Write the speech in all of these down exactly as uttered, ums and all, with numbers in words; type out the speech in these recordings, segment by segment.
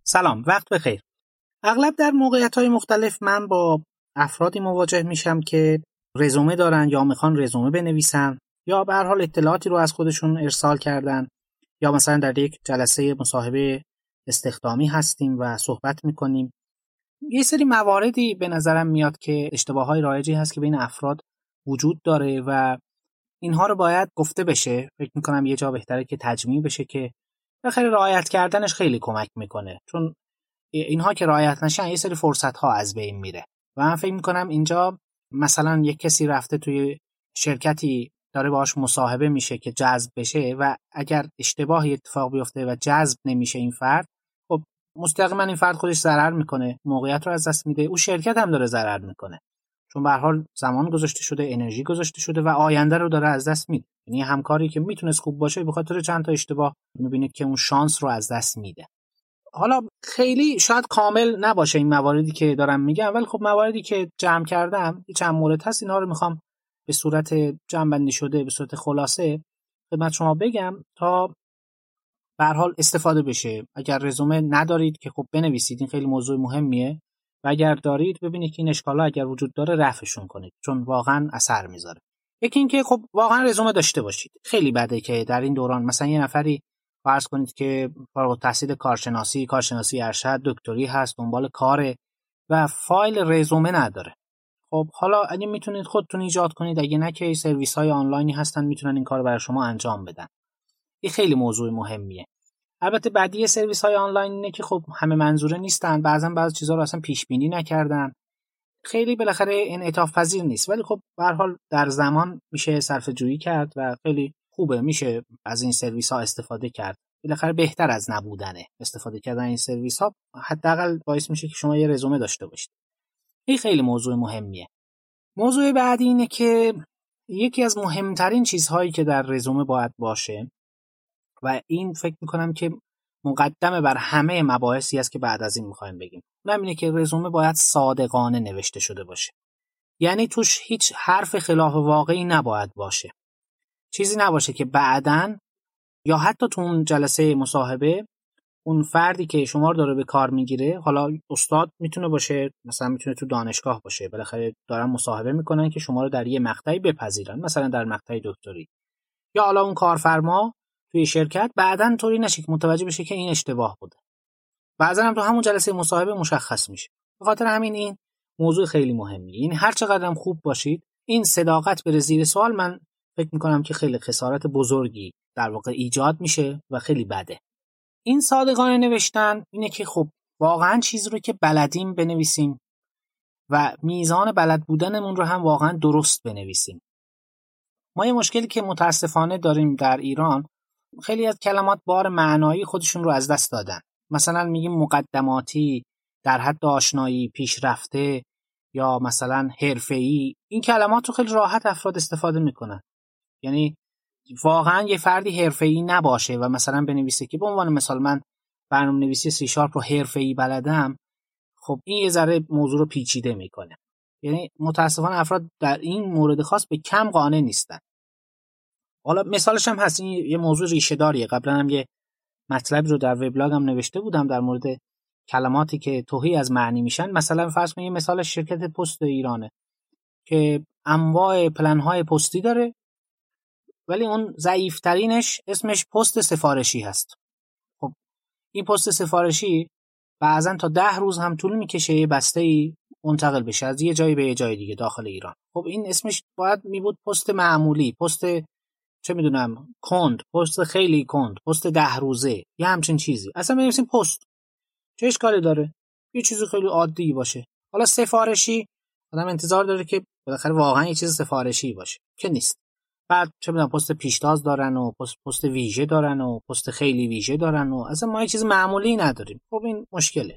سلام، وقت بخیر. اغلب در موقعیت‌های مختلف من با افرادی مواجه میشم که رزومه دارن یا میخوان رزومه بنویسن یا به هر حال اطلاعاتی رو از خودشون ارسال کردن، یا مثلا در یک جلسه مصاحبه استخدامی هستیم و صحبت میکنیم. یه سری مواردی به نظرم میاد که اشتباهات رایجی هست که بین افراد وجود داره و اینها رو باید گفته بشه. فکر میکنم یه جا بهتره که تجمیع بشه که بخیر رعایت کردنش خیلی کمک میکنه، چون اینها که رعایت نشن یه سری فرصت ها از بین میره. و من فکر میکنم اینجا مثلا یک کسی رفته توی شرکتی داره باهاش مصاحبه میشه که جذب بشه و اگر اشتباهی اتفاق بیفته و جذب نمیشه این فرد، خب مستقیما این فرد خودش ضرر میکنه، موقعیت رو از دست میده، او شرکت هم داره ضرر میکنه، چون به هر حال زمان گذاشته شده، انرژی گذاشته شده و آینده رو داره از دست میده. یعنی همکاری که میتونست خوب باشه به خاطر چند تا اشتباه میبینید که اون شانس رو از دست میده. حالا خیلی شاید کامل نباشه این مواردی که دارم میگم، ولی خب مواردی که جمع کردم چند مورد هست، اینا رو میخوام به صورت جمع‌بندی شده، به صورت خلاصه خدمت شما بگم تا به هر حال استفاده بشه. اگر رزومه ندارید که خب بنویسید، این خیلی موضوع مهمیه، و اگر دارید ببینید که این اشکالا اگر وجود داره رفعشون کنید، چون واقعا اثر میذاره. یکی این که خب واقعا رزومه داشته باشید. خیلی بده که در این دوران مثلا یه نفری فرض کنید که فارغ التحصیل کارشناسی، کارشناسی ارشد، دکتری هست، دنبال کاره و فایل رزومه نداره. خب حالا اگه میتونید خودتون ایجاد کنید، اگه نه که سرویس های آنلاینی هستن میتونن این کارو برای شما انجام بدن. این خیلی موضوع مهمیه. البته بدیه سرویس های آنلاین اینه که خب همه منظوره نیستن، بعضا بعضی چیزا رو اصلا پیش بینی نکردن، خیلی بالاخره انعطاف پذیر نیست، ولی خب به هر حال در زمان میشه صرفه جویی کرد و خیلی خوبه، میشه از این سرویس ها استفاده کرد. بالاخره بهتر از نبودنه استفاده کردن این سرویس ها، حداقل باعث میشه که شما یه رزومه داشته باشید. این خیلی موضوع مهمیه. موضوع بعدی اینه که یکی از مهمترین چیزهایی که در رزومه باید باشه و این فکر میکنم که مقدمه بر همه مباحثی است که بعد از این میخوایم بگیم، اونم اینه که رزومه باید صادقانه نوشته شده باشه. یعنی توش هیچ حرف خلاف واقعی نباید باشه، چیزی نباشه که بعداً یا حتی تو اون جلسه مصاحبه اون فردی که شما رو داره به کار میگیره، حالا استاد میتونه باشه، مثلا میتونه تو دانشگاه باشه، بالاخره دارن مصاحبه میکنن که شما رو در یه مقطعی بپذیرن، مثلا در مقطع دکتری، یا حالا اون کارفرما توی شرکت بعداً طوری نشه که متوجه بشه که این اشتباه بوده. بعضا هم تو همون جلسه مصاحبه مشخص میشه. به خاطر همین این موضوع خیلی مهمیه. این هر چقدر هم خوب باشید، این صداقت بره زیر سوال، من فکر میکنم که خیلی خسارت بزرگی در واقع ایجاد میشه و خیلی بده. این صادقانه نوشتن اینه که خب واقعا چیز رو که بلدیم بنویسیم و میزان بلد بودنمون رو هم واقعا درست بنویسیم. ما یه مشکلی که متاسفانه داریم در ایران، خیلی از کلمات بار معنایی خودشون رو از دست دادن. مثلا میگیم مقدماتی، در حد آشنایی، پیشرفته، یا مثلا حرفه‌ای. این کلمات رو خیلی راحت افراد استفاده میکنن. یعنی واقعا یه فردی حرفه‌ای نباشه و مثلا بنویسه که به عنوان مثال من برنامه‌نویسی سی شارپ رو حرفه‌ای بلدم، خب این یه ذره موضوع رو پیچیده میکنه. یعنی متاسفانه افراد در این مورد خاص به کم قانع نیستن. حالا مثالش هم هست، این یه موضوع ریشه داریه. قبلا هم یه مطلبی رو در وبلاگم نوشته بودم در مورد کلماتی که تهی از معنی میشن. مثلا فرض کنید مثال شرکت پست ایرانه که انواع پلن‌های پستی داره، ولی اون ضعیف‌ترینش اسمش پست سفارشی هست. خب این پست سفارشی بعضن تا ده روز هم طول میکشه یه بسته‌ای منتقل بشه از یه جایی به یه جای دیگه داخل ایران. خب این اسمش باید میبود پست معمولی، پست چه میدونم کند، پست خیلی کند، پست ده روزه، یه همچین چیزی. اصلا بنویسیم پست، چه اشکالی داره؟ یه چیزی خیلی عادی باشه. حالا سفارشی آدم انتظار داره که بالاخره واقعا یه چیز سفارشی باشه که نیست. بعد چه میدونم پست پیشتاز دارن و پست پست ویژه دارن و پست خیلی ویژه دارن و اصلا ما یه چیز معمولی نداریم. خب این مشکله.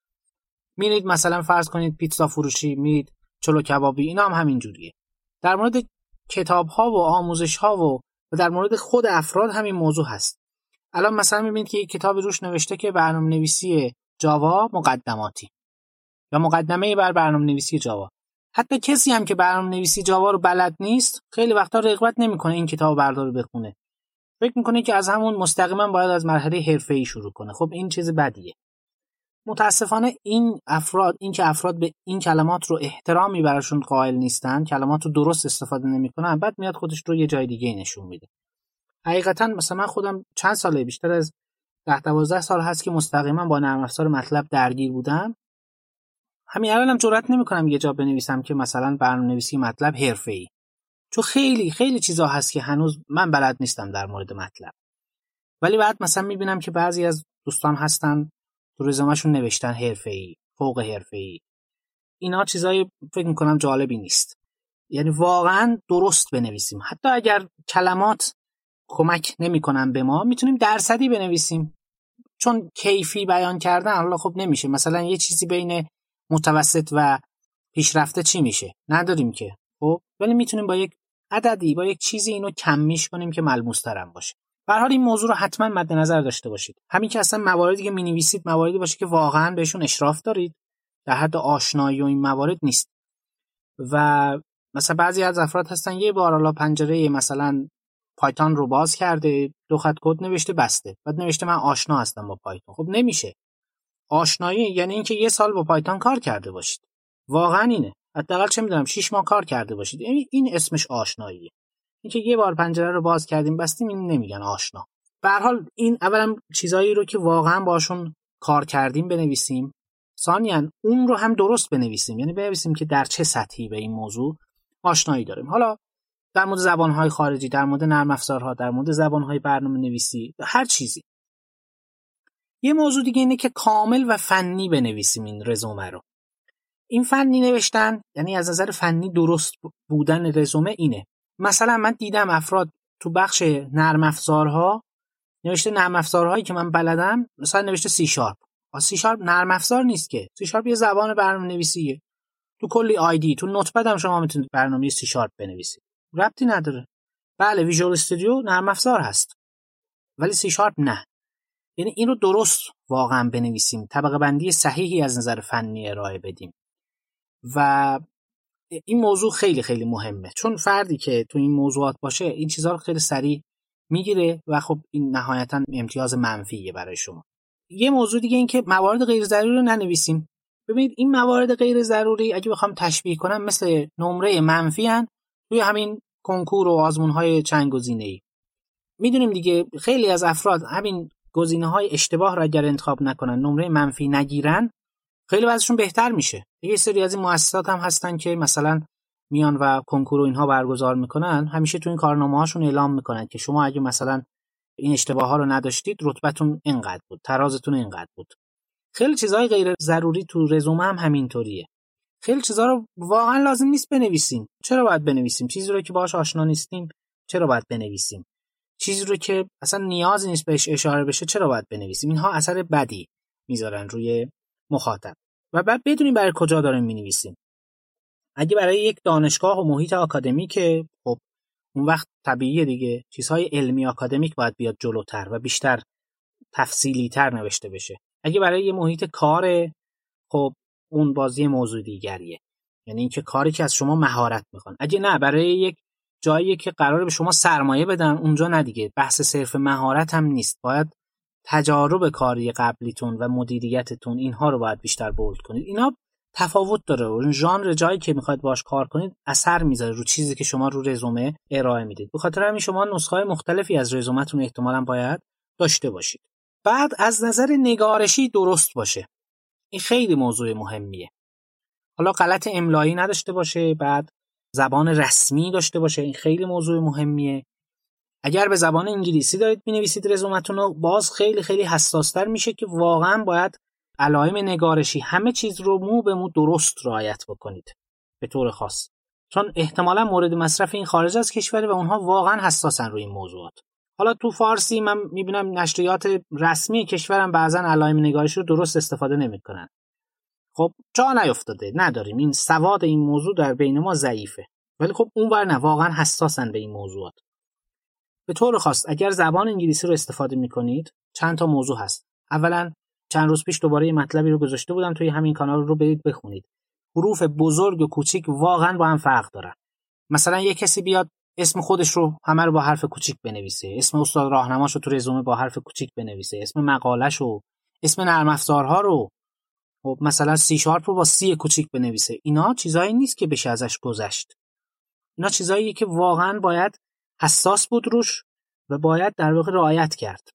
میرید مثلا فرض کنید پیتزا فروشی، میرید چلو کبابی، اینا هم همین جوریه. در مورد کتاب‌ها و آموزش‌ها و و در مورد خود افراد همین موضوع هست. الان مثلا میبینید که یک کتابی روش نوشته که برنامه‌نویسی جاوا مقدماتی یا مقدمه بر برنامه‌نویسی جاوا. حتی کسی هم که برنامه‌نویسی جاوا رو بلد نیست خیلی وقتا رغبت نمیکنه این کتابو برداره بخونه. فکر میکنه که از همون مستقیما باید از مرحله حرفه‌ای شروع کنه. خب این چیز بدیه. متاسفانه این افراد این که افراد به این کلمات رو احترامی براشون قائل نیستن، کلمات رو درست استفاده نمیکنن، بعد میاد خودش رو یه جای دیگه نشون میده. حقیقتا مثلا من خودم چند ساله، بیشتر از ده دوازده سال هست که مستقیما با نرم افزار مطلب درگیر بودم. همین الانم جرئت نمیکنم یه جا بنویسم که مثلا برنامه‌نویسی مطلب حرفه‌ای، چون خیلی خیلی چیزا هست که هنوز من بلد نیستم در مورد مطلب. ولی بعد مثلا میبینم که بعضی از دوستان هستن تو رزومه‌شون نوشتن حرفه‌ای، فوق حرفه‌ای. اینا چیزای فکر میکنم جالبی نیست. یعنی واقعا درست بنویسیم. حتی اگر کلمات کمک نمیکنن به ما، میتونیم درصدی بنویسیم. چون کیفی بیان کردن حالا خب نمیشه. مثلا یه چیزی بین متوسط و پیشرفته چی میشه؟ نداریم که. خب ولی میتونیم با یک عددی، با یک چیزی اینو کمیش کنیم که ملموس‌تر هم باشه. به هر حال این موضوع رو حتما مد نظر داشته باشید. همین که اصلا مواردی که می‌نویسید مواردی باشه که واقعا بهشون اشراف دارید، در حد آشنایی و این موارد نیست. و مثلا بعضی از افراد هستن یه بار حالا پنجره مثلا پایتون رو باز کرده، دو خط کد نوشته بسته، بعد نوشته من آشنا هستم با پایتون. خب نمیشه. آشنایی یعنی اینکه یه سال با پایتون کار کرده باشید. واقعا اینه. حداقل چه میدونم شش ماه کار کرده باشید. یعنی این اسمش آشناییه. اینکه یه بار پنجره رو باز کردیم بستیم این نمیگن آشنا. به هر حال این اولا چیزایی رو که واقعا باشون کار کردیم بنویسیم. ثانیاً اون رو هم درست بنویسیم. یعنی بنویسیم که در چه سطحی به این موضوع آشنایی داریم. حالا در مورد زبان‌های خارجی، در مورد نرم افزارها، در مورد زبان‌های برنامه‌نویسی، هر چیزی. یه موضوع دیگه اینه که کامل و فنی بنویسیم این رزومه رو. این فنی نوشتن یعنی از نظر فنی درست بودن رزومه اینه. مثلا من دیدم افراد تو بخش نرم افزارها نوشته نرم افزارهایی که من بلدم، مثلا نوشته سی شارپ. سی شارپ نرم افزار نیست که. سی شارپ یه زبان برنامه‌نویسیه. تو کلی آیدی، تو نوتپد هم شما میتونید برنامه سی شارپ بنویسید. ربطی نداره. بله ویژوال استودیو نرم افزار هست. ولی سی شارپ نه. یعنی این رو درست واقعا بنویسیم. طبقه بندی صحیحی از نظر فنی ارائه بدیم. و این موضوع خیلی خیلی مهمه، چون فردی که تو این موضوعات باشه این چیزها رو خیلی سریع میگیره و خب این نهایتا امتیاز منفیه برای شما. یه موضوع دیگه این که موارد غیر ضروری رو ننویسیم. ببینید این موارد غیر ضروری اگه بخوام تشبیه کنم مثل نمره منفی ان توی همین کنکور و آزمون‌های چند گزینه‌ای. میدونیم دیگه خیلی از افراد همین گزینه‌های اشتباه رو اگر انتخاب نکنن، نمره منفی نگیرن، خیلی وضعشون بهتر میشه. یه سری از این مؤسسات هم هستن که مثلا میان و کنکور و اینها برگزار میکنن، همیشه تو این کارنامه‌هاشون اعلام میکنن که شما اگه مثلا این اشتباه‌ها رو نداشتید رتبتون اینقدر بود، ترازتون اینقدر بود. خیلی چیزهای غیر ضروری تو رزومه هم همینطوریه. خیلی چیزا رو واقعا لازم نیست بنویسیم. چرا باید بنویسیم؟ چیزی رو که باهاش آشنا نیستیم چرا باید بنویسیم؟ چیزی رو که اصلا نیازی نیست بهش اشاره بشه چرا باید بنویسیم؟ اینها اثر بدی میذارن روی مخاطب. و بعد بدونیم برای کجا داریم می‌نویسیم. اگه برای یک دانشگاه و محیط آکادمیکه، خب اون وقت طبیعیه دیگه چیزهای علمی آکادمیک باید بیاد جلوتر و بیشتر تفصیلی‌تر نوشته بشه. اگه برای یه محیط کاره، خب اون بازی موضوع دیگریه. یعنی اینکه کاری که از شما مهارت میخوان. اگه نه برای یک جایی که قراره به شما سرمایه بدن، اونجا نه دیگه. بحث صرف مهارت هم نیست. باید تجارب کاری قبلیتون و مدیریتتون اینها رو باید بیشتر بولد کنید. اینا تفاوت داره. اون ژانر جایی که میخواید باش کار کنید اثر میذاره رو چیزی که شما رو رزومه ارائه میدید. به خاطر همین شما نسخه‌های مختلفی از رزومتون احتمالاً باید داشته باشید. بعد از نظر نگارشی درست باشه. این خیلی موضوع مهمیه. حالا غلط املایی نداشته باشه، بعد زبان رسمی داشته باشه. این خیلی موضوع مهمیه. اگر به زبان انگلیسی دارید می‌نویسید رزومتون رو، باز خیلی خیلی حساس‌تر میشه که واقعاً باید علائم نگارشی همه چیز رو مو به مو درست رعایت بکنید به طور خاص، چون احتمالاً مورد مصرف این خارج از کشوره و اونها واقعاً حساسن روی این موضوعات. حالا تو فارسی من می‌بینم نشریات رسمی کشورم بعضاً علائم نگارشی رو درست استفاده نمی‌کنن. خب جا نیافتاده، نداریم. این سواد این موضوع در بین ما ضعیفه. ولی خب اونور نه، واقعاً حساسن به این موضوعات. به طور خاص اگر زبان انگلیسی رو استفاده می‌کنید چند تا موضوع هست. اولا چند روز پیش دوباره یه مطلبی رو گذاشته بودم توی همین کانال، رو برید بخونید. حروف بزرگ و کوچیک واقعا با هم فرق دارن. مثلا یه کسی بیاد اسم خودش رو همه رو با حرف کوچیک بنویسه، اسم استاد راهنماش رو تو رزومه با حرف کوچیک بنویسه، اسم مقاله‌ش رو، اسم نرم افزارها رو خب مثلا سی شارپ رو با سی کوچیک بنویسه. اینا چیزایی نیست که بشه ازش گذشت. اینا چیزاییه که واقعا باید حساس بود روش و باید در واقع رعایت کرد.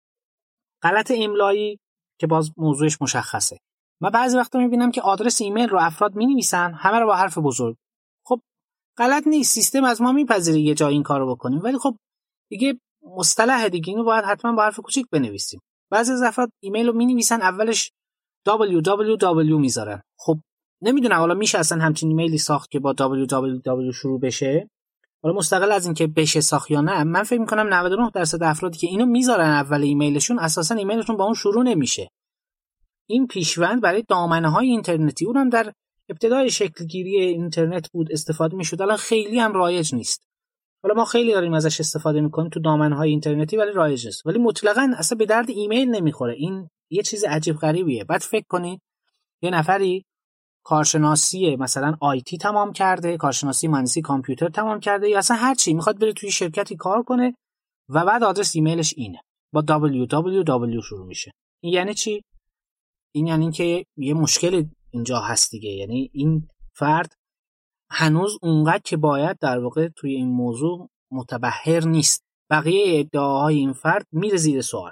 غلط املایی که باز موضوعش مشخصه. من بعضی وقتا میبینم که آدرس ایمیل رو افراد مینویسن همه رو با حرف بزرگ. خب غلط نیست، سیستم از ما میپذیره یه جای این کارو بکنیم، ولی خب دیگه مصطلح دیگه اینو باید حتما با حرف کوچیک بنویسیم. بعضی از افراد ایمیل رو مینویسن اولش دبلیو دبلیو دبلیو میذارن. خب نمیدونم حالا میشه اصلا همچین ایمیلی ساخت که با دبلیو دبلیو دبلیو شروع بشه. حالا مستقل از این که بشه ساخت یا نه، من فکر میکنم نود و نه درصد افرادی که اینو میذارن اول ایمیلشون اساسا ایمیلشون با اون شروع نمیشه. این پیشوند برای دامنه‌های اینترنتی، اونم در ابتدای شکلگیری اینترنت بود استفاده میشد، الان خیلی هم رایج نیست. حالا ما خیلی داریم ازش استفاده میکنیم تو دامنه‌های اینترنتی ولی رایج نیست، ولی مطلقاً اصلا به درد ایمیل نمیخوره. این یه چیز عجیب غریبیه. بعد فکر کنید یه نفری کارشناسی مثلا آیتی تمام کرده، کارشناسی مهندسی کامپیوتر تمام کرده یا اصلا هر چی، میخواد بره توی شرکتی کار کنه و بعد آدرس ایمیلش اینه، با دبلیو دبلیو دبلیو شروع میشه. این یعنی چی؟ این یعنی که یه مشکل اینجا هست دیگه. یعنی این فرد هنوز اونقدر که باید در واقع توی این موضوع متبحر نیست. بقیه ادعاهای این فرد میره زیر سوال.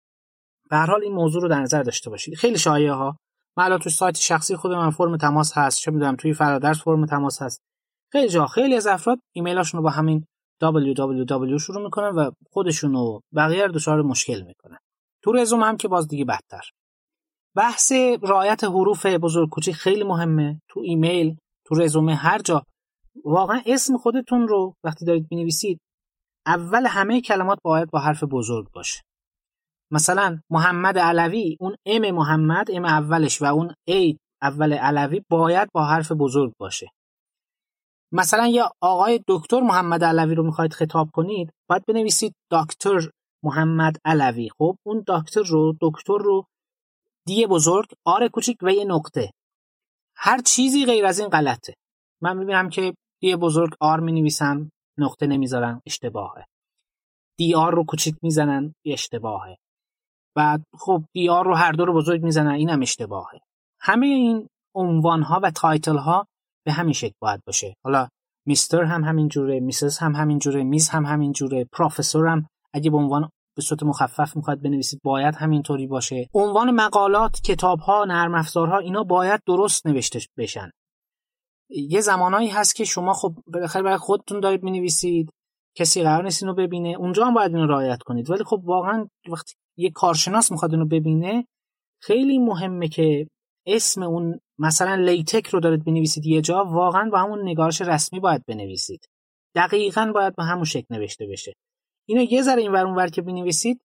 به هر حال این موضوع رو در نظر داشته باشید. خیلی شایعه ها. من الان توی سایت شخصی خودم من فرم تماس هست، چه میدونم توی فرادرس فرم تماس هست. خیلی جا خیلی از افراد ایمیلاشون رو با همین دبلیو دبلیو دبلیو شروع میکنن و خودشون و بقیه رو دچار مشکل میکنن. تو رزومه هم که باز دیگه بدتر. بحث رعایت حروف بزرگ کوچیک خیلی مهمه. تو ایمیل، تو رزومه، هر جا واقعا اسم خودتون رو وقتی دارید می‌نویسید اول همه کلمات باید با حرف بزرگ باشه. مثلا محمد علوی، اون ام محمد ام اولش و اون ای اول علوی باید با حرف بزرگ باشه. مثلا یا آقای دکتر محمد علوی رو میخواید خطاب کنید باید بنویسید دکتر محمد علوی. خب اون دکتر رو دکتر رو دی بزرگ، آر کوچیک و یه نقطه. هر چیزی غیر از این غلطه. من میبینم که دی بزرگ آر مینویسن نقطه نمیذارن، اشتباهه. دی آر رو کوچیک میزنن، اشتباهه. بعد خب دی آر رو هر دو رو بزرگ میزنن، اینم اشتباهه. همه این عنوان ها و تایتل ها به همین شکل باید باشه. حالا میستر هم همین جوره، میسز هم همین جوره، میز هم همین جوره، پروفسور هم اگه به عنوان به صورت مخفف میخواد بنویسید باید همینطوری باشه. عنوان مقالات، کتاب‌ها، نرم افزارها اینا باید درست نوشته بشن. یه زمانایی هست که شما خب بالاخره برای خودتون دارید مینویسید، کسی قرار نیست اینو ببینه، اونجا هم باید اینو رعایت کنید. ولی خب واقعا وقتی یه کارشناس میخواد اینو ببینه خیلی مهمه که اسم اون مثلا لیتک رو دارید بنویسید یه جا، واقعا با همون نگارش رسمی باید بنویسید. دقیقاً باید با همون شکل نوشته بشه. اینو یه ذره اینور اونور که بنویسید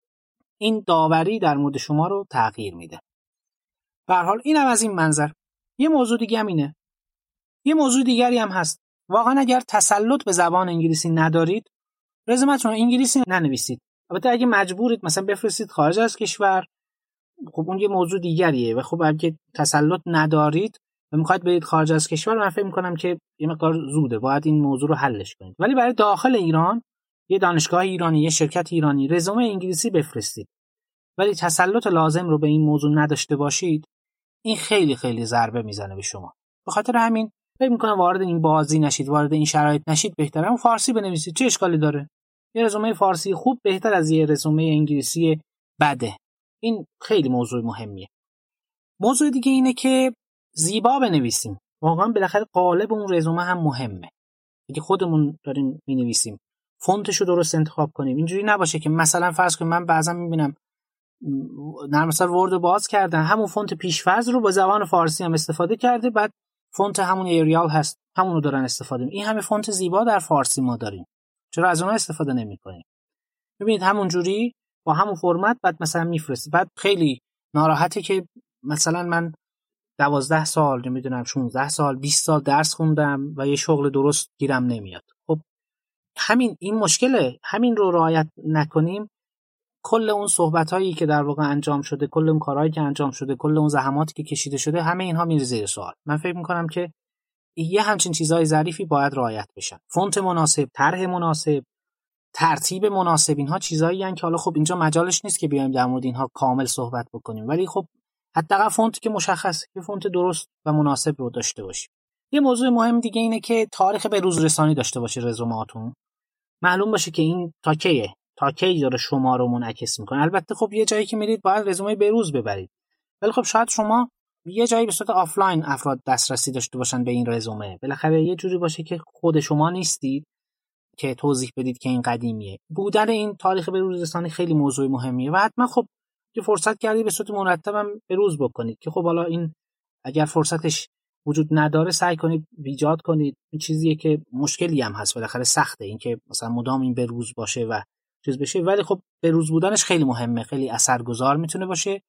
این داوری در مورد شما رو تغییر میده. به هر حال اینم از این منظر. یه موضوع دیگه هم اینه. یه موضوع دیگری هم هست. واقعا اگر تسلط به زبان انگلیسی ندارید، رزومتون رو انگلیسی ننویسید. البته اگه مجبورید مثلا بفرستید خارج از کشور، خب اون یه موضوع دیگریه. و خب اگه تسلط ندارید و میخواید برید خارج از کشور، من فکر می‌کنم که یه مقدار زوده، باید این موضوع رو حلش کنید. ولی برای داخل ایران، یه دانشگاه ایرانی، یه شرکت ایرانی، رزومه انگلیسی بفرستید. ولی تسلط لازم رو به این موضوع نداشته باشید، این خیلی خیلی ضربه میزنه به شما. به خاطر همین فکر می‌کنم وارد این بازی نشید، وارد این شرایط نشید، بهتره اون فارسی بنویسید. چه اشکالی داره؟ یه رزومه فارسی خوب بهتر از یه رزومه انگلیسی بده. این خیلی موضوع مهمیه. موضوع دیگه اینه که زیبا بنویسیم. واقعا بالاخره قالب اون رزومه هم مهمه. اگه خودمون داریم می‌نویسیم، فونتش رو درست انتخاب کنیم. اینجوری نباشه که مثلا فرض کنیم من بعضا می‌بینم نرم افزار ورد باز کردن همون فونت پیش‌فرض رو با زبان فارسی هم استفاده کرده، بعد فونت همون ایریال هست همون رو دارن استفاده می‌کنن. این همه فونت زیبا در فارسی ما داریم، چرا از اونها استفاده نمی‌کنیم؟ ببینید همون جوری با همون فرمت بعد مثلا میفرسته. بعد خیلی ناراحته که مثلا من دوازده سال نمیدونم شانزده سال بیست سال درس خوندم و یه شغل درست گیرم نمیاد. خب همین این مشکله. همین رو رعایت نکنیم، کل اون صحبتایی که در واقع انجام شده، کل اون کارهایی که انجام شده، کل اون زحماتی که کشیده شده، همه اینها میره زیر سوال. من فکر میکنم که یه همچین چیزای ظریفی باید رعایت بشن. فونت مناسب، طرح مناسب، ترتیب مناسب، اینها چیزایی هستن که حالا خب اینجا مجالش نیست که بیایم در مورد اینها کامل صحبت بکنیم، ولی خب حداقل فونتی که مشخصه که فونت درست و مناسب رو داشته باشید. یه موضوع مهم دیگه اینه که تاریخ به روز رسانی داشته باشه رزومه‌هاتون. معلوم باشه که این تا کیه، تا کی داره شما رو منعکس میکنه. البته خب یه جایی که میرید باید رزومه به روز ببرید، ولی خب شاید شما یه جایی به صورت آفلاین افراد دسترسی داشته باشن به این رزومه. بالاخره یه جوری باشه که خود شما نیستید که توضیح بدید که این قدیمیه. بودن این تاریخ به روز رسانی خیلی موضوع مهمیه و حتما خب که فرصت کردید به صورت مرتبم به روز بکنید که خب حالا این اگر فرصتش وجود نداره سعی کنید ایجاد کنید. این چیزیه که مشکلی هم هست، بالاخره سخته این که مثلا مدام این به روز باشه و چیز بشه، ولی خب به روز بودنش خیلی مهمه، خیلی اثرگذار میتونه باشه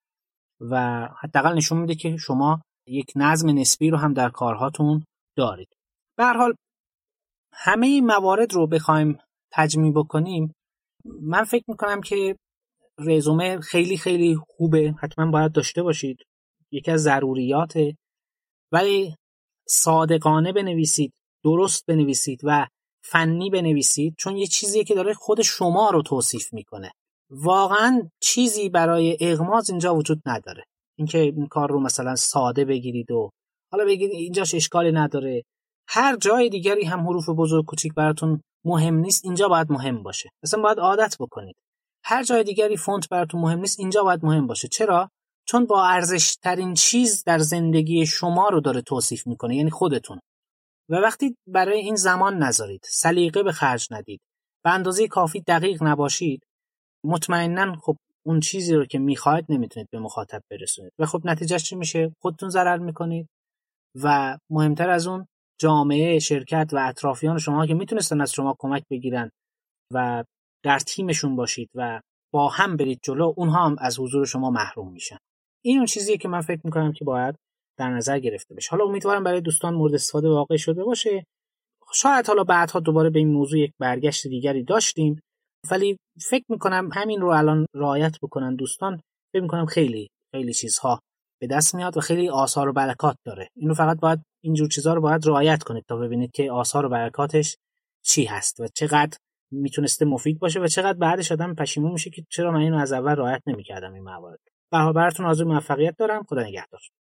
و حداقل نشون میده که شما یک نظم نسبی رو هم در کارهاتون دارید. به هر حال همه این موارد رو بخوایم تجمیع بکنیم، من فکر میکنم که رزومه خیلی خیلی خوبه، حتما باید داشته باشید، یکی از ضروریاته، ولی صادقانه بنویسید، درست بنویسید و فنی بنویسید، چون یه چیزیه که داره خود شما رو توصیف میکنه. واقعا چیزی برای اغماض اینجا وجود نداره. اینکه این کار رو مثلا ساده بگیرید و حالا بگید اینجاش اشکالی نداره، هر جای دیگری هم حروف بزرگ کوچیک براتون مهم نیست، اینجا باید مهم باشه. مثلا باید عادت بکنید هر جای دیگری فونت براتون مهم نیست، اینجا باید مهم باشه. چرا؟ چون با ارزش ترین چیز در زندگی شما رو داره توصیف میکنه، یعنی خودتون. و وقتی برای این زمان نذارید، سلیقه به خرج ندید، به اندازه کافی دقیق نباشید، مطمئناً خب اون چیزی رو که میخواید نمیتونید به مخاطب برسونید و خب نتیجهش چی میشه؟ خودتون ضرر میکنید و مهمتر از اون جامعه، شرکت و اطرافیان شما که میتونستن از شما کمک بگیرن و در تیمشون باشید و با هم برید جلو، اونها هم از حضور شما محروم میشن. این اون چیزیه که من فکر میکنم که باید در نظر گرفته بشه. حالا امیدوارم برای دوستان مورد استفاده واقع شده باشه. شاید حالا بعدها دوباره به این موضوع یک برگشت دیگری داشتیم، ولی فکر میکنم همین رو الان رعایت بکنن دوستان، فکر میکنم خیلی خیلی چیزها به دست میاد و خیلی آثار و برکات داره. اینو فقط باید اینجور چیزها رو باید رعایت کنید تا ببینید که آثار و برکاتش چی هست و چقدر میتونسته مفید باشه و چقدر بعدش آدم پشیمون میشه که چرا من اینو از اول رعایت نمیکردم این موارد. به هر حال براتون آرزوی موفقیت دارم. خدا نگهدار.